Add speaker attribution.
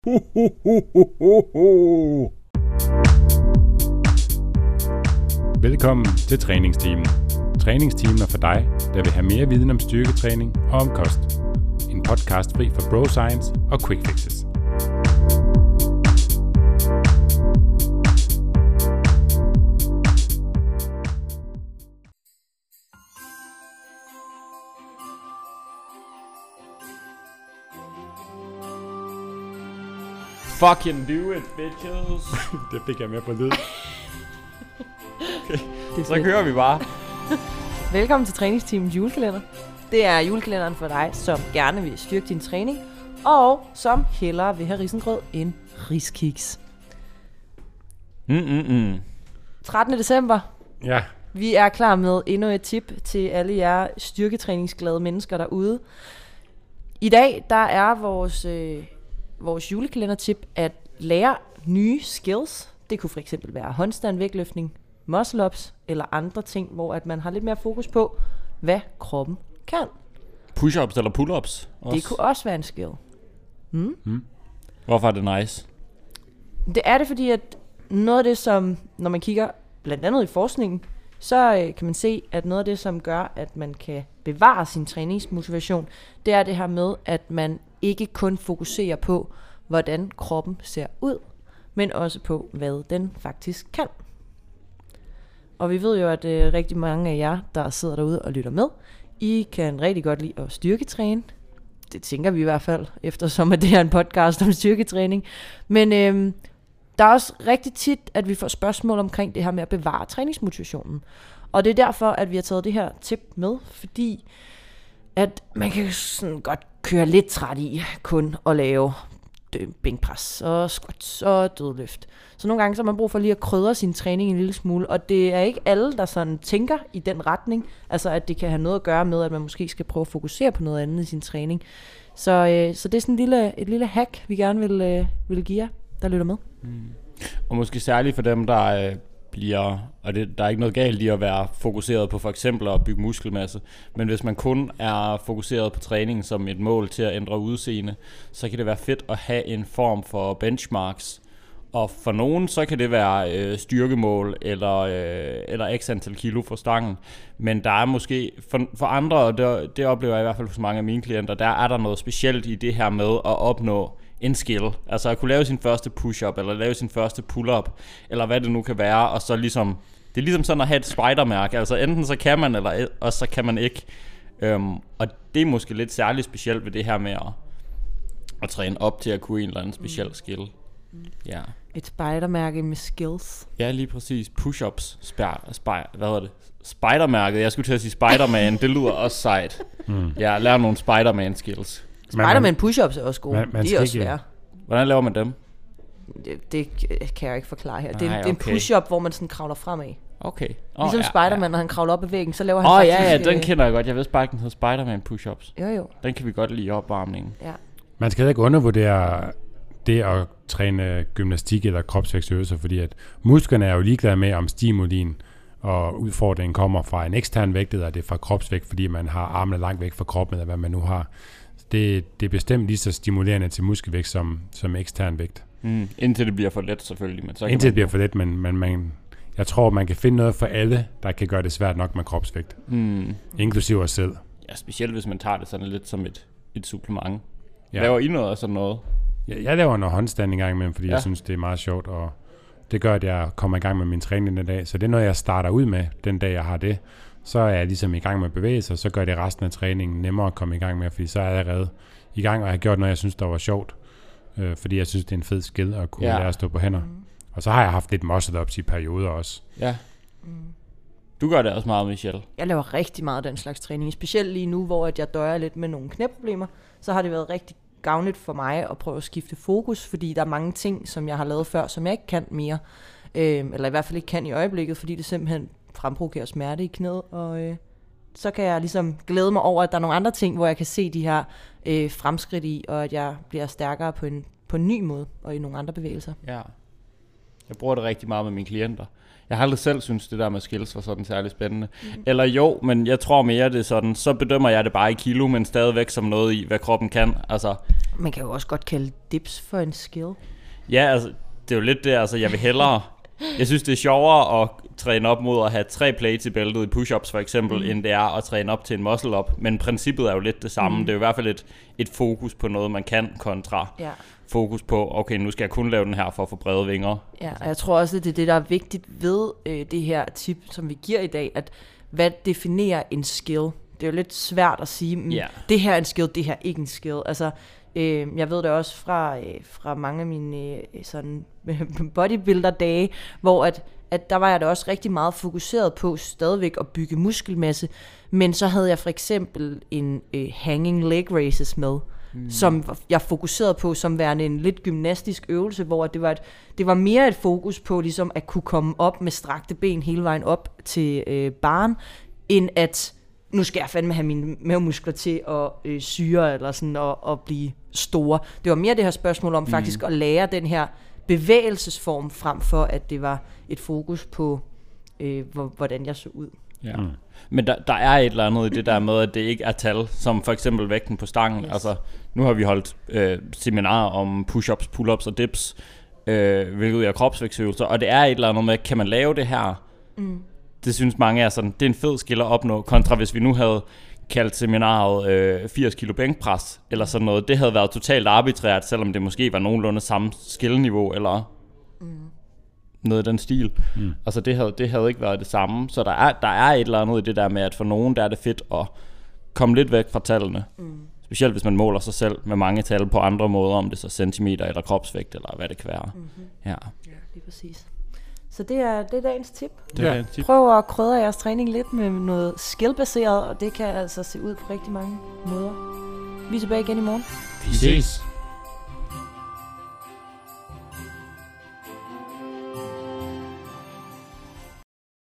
Speaker 1: Velkommen til træningsteamen. Træningsteamen er for dig, der vil have mere viden om styrketræning og om kost. En podcast fri for bro science og quick fixes.
Speaker 2: Fucking do it, bitches.
Speaker 1: Det fik jeg med på lyd.
Speaker 2: Okay. Så kører vi bare.
Speaker 3: Velkommen til træningsteamens julekalender. Det er julekalenderen for dig, som gerne vil styrke din træning, og som hellere vil have risengrød end riskiks. 13. december.
Speaker 1: Ja.
Speaker 3: Vi er klar med endnu et tip til alle jer styrketræningsglade mennesker derude. I dag, der er vores julekalendertip at lære nye skills. Det kunne for eksempel være håndstand, vægtløftning, muscle-ups eller andre ting, hvor at man har lidt mere fokus på, hvad kroppen kan.
Speaker 2: Push-ups eller pull-ups? Også.
Speaker 3: Det kunne også være en skill.
Speaker 2: Hvorfor er det nice?
Speaker 3: Det er det, fordi at noget af det, som når man kigger blandt andet i forskningen, så kan man se, at noget af det, som gør, at man kan bevare sin træningsmotivation, det er det her med, at man ikke kun fokuserer på, hvordan kroppen ser ud, men også på, hvad den faktisk kan. Og vi ved jo, at rigtig mange af jer, der sidder derude og lytter med, I kan rigtig godt lide at styrketræne. Det tænker vi i hvert fald, eftersom at det er en podcast om styrketræning. Men der er også rigtig tit, at vi får spørgsmål omkring det her med at bevare træningsmotivationen. Og det er derfor, at vi har taget det her tip med, fordi at man kan sådan godt køre lidt træt i kun at lave bænkpres og squats og dødløft. Så nogle gange så har man brug for lige at krydre sin træning en lille smule, og det er ikke alle, der sådan tænker i den retning, altså at det kan have noget at gøre med, at man måske skal prøve at fokusere på noget andet i sin træning. Så det er sådan et lille hack, vi gerne vil give jer, der lytter med.
Speaker 2: Og måske særligt for dem, der bliver, og der er ikke noget galt i at være fokuseret på for eksempel at bygge muskelmasse, men hvis man kun er fokuseret på træning som et mål til at ændre udseende, så kan det være fedt at have en form for benchmarks. Og for nogen, så kan det være styrkemål eller x antal kilo for stangen. Men der er måske, for andre, og det oplever jeg i hvert fald hos mange af mine klienter, der er der noget specielt i det her med at opnå en skill. Altså at kunne lave sin første push-up, eller lave sin første pull-up, eller hvad det nu kan være, og så ligesom, det er ligesom sådan at have et spidermærke. Altså enten så kan man, eller også så kan man ikke. Og det er måske lidt særligt specielt ved det her med at træne op til at kunne en eller anden speciel skill. Ja.
Speaker 3: Et spidermærke med skills.
Speaker 2: Ja, lige præcis. Push-ups. Hvad hedder det? Spidermærket. Jeg skulle til at sige Spiderman. Det lyder også sejt. Ja, lær nogle Spiderman skills.
Speaker 3: Spiderman push-ups er også gode. De er også svære.
Speaker 2: Hvordan laver man dem?
Speaker 3: Det kan jeg ikke forklare her. Det er en push-up, hvor man sådan kravler fremad.
Speaker 2: Okay.
Speaker 3: Ligesom Spiderman, når han kravler op ad væggen, så laver han faktisk...
Speaker 2: Ja, den kender jeg godt. Jeg vidste bare ikke, den hedder Spiderman push-ups.
Speaker 3: Jo.
Speaker 2: Den kan vi godt lide i opvarmningen.
Speaker 3: Ja.
Speaker 1: Man skal ikke undervurdere det at træne gymnastik eller kropsvægtsøvelser, fordi at musklerne er jo ligeglade med, om stimulien og udfordringen kommer fra en ekstern vægt, eller det er fra kropsvægt, fordi man har armene langt væk fra kroppen, eller hvad man nu har. Det er bestemt lige så stimulerende til muskelvægt som ekstern vægt.
Speaker 2: Indtil det bliver for let selvfølgelig. Men så
Speaker 1: indtil det bliver for let, men jeg tror, man kan finde noget for alle, der kan gøre det svært nok med kropsvægt. Inklusive os selv.
Speaker 2: Ja, specielt hvis man tager det sådan lidt som et supplement.
Speaker 1: Ja.
Speaker 2: Laver I noget af sådan noget?
Speaker 1: Ja, jeg laver noget håndstand en gang imellem, fordi jeg synes, det er meget sjovt, og det gør, at jeg kommer i gang med min træning den dag. Så det er noget, jeg starter ud med den dag, jeg har det. Så er jeg ligesom i gang med bevægelser, så gør det resten af træningen nemmere at komme i gang med, fordi så er jeg allerede i gang, og jeg har gjort noget, jeg synes, der var sjovt. Fordi jeg synes, det er en fed skill at kunne lære at stå på hænder. Og så har jeg haft lidt muscle-ups i perioder også.
Speaker 2: Ja. Du gør det også meget, Michelle.
Speaker 3: Jeg laver rigtig meget af den slags træning. Specielt lige nu, hvor jeg døjer lidt med nogle knæproblemer, så har det været rigtig gavnligt for mig at prøve at skifte fokus, fordi der er mange ting, som jeg har lavet før, som jeg ikke kan mere. Eller i hvert fald ikke kan i øjeblikket, fordi det simpelthen fremprovokerer smerte i knæet. Og så kan jeg ligesom glæde mig over, at der er nogle andre ting, hvor jeg kan se de her fremskridt i, og at jeg bliver stærkere på en ny måde, og i nogle andre bevægelser.
Speaker 2: Ja. Jeg bruger det rigtig meget med mine klienter. Jeg har aldrig selv synes det der med skills var sådan særlig spændende. Eller jo, men jeg tror mere det er sådan, så bedømmer jeg det bare i kilo, men stadigvæk som noget i, hvad kroppen kan. Altså,
Speaker 3: man kan jo også godt kalde dips for en skill.
Speaker 2: Ja, altså, det er jo lidt det, altså jeg vil hellere... Jeg synes, det er sjovere at træne op mod at have 3 plates i bæltet i push-ups for eksempel, end det er at træne op til en muscle-up. Men princippet er jo lidt det samme. Det er jo i hvert fald et fokus på noget, man kan kontra fokus på, okay, nu skal jeg kun lave den her for at få brede vinger. Ja,
Speaker 3: og jeg tror også, at det er det, der er vigtigt ved det her tip, som vi giver i dag, at hvad definerer en skill? Det er jo lidt svært at sige, det her er en skill, det her er ikke en skill. Altså, jeg ved det også fra mange af mine sådan bodybuilder-dage, hvor at der var jeg da også rigtig meget fokuseret på stadigvæk at bygge muskelmasse, men så havde jeg for eksempel en hanging leg raises med, som jeg fokuserede på som værende en lidt gymnastisk øvelse, hvor det var mere et fokus på ligesom at kunne komme op med strakte ben hele vejen op til baren, end at nu skal jeg fandme have mine mavemuskler til at syre eller sådan og blive store. Det var mere det her spørgsmål om faktisk at lære den her bevægelsesform frem for at det var et fokus på hvordan jeg så ud.
Speaker 2: Ja. Men der er et eller andet i det der med at det ikke er tal, som for eksempel vægten på stangen. Yes. Altså nu har vi holdt seminarer om push-ups, pull-ups og dips, hvilket er kropsvægtsøvelser, og det er et eller andet med, kan man lave det her? Det synes mange er sådan, det er en fed skill at opnå, kontra hvis vi nu havde kaldt seminaret 80 kilo bænkpres, eller sådan noget. Det havde været totalt arbitrært, selvom det måske var nogenlunde samme skillniveau, eller noget i den stil. Altså det havde ikke været det samme. Så der er et eller andet i det der med, at for nogen der er det fedt at komme lidt væk fra tallene. Specielt hvis man måler sig selv med mange tal på andre måder, om det så centimeter eller kropsvægt, eller hvad det kan være.
Speaker 3: Ja, lige præcis. Så det er dagens tip.
Speaker 2: Tip.
Speaker 3: Prøv at krydre jeres træning lidt med noget skillbaseret, og det kan altså se ud på rigtig mange måder. Vi er tilbage igen i morgen.
Speaker 1: Vi ses.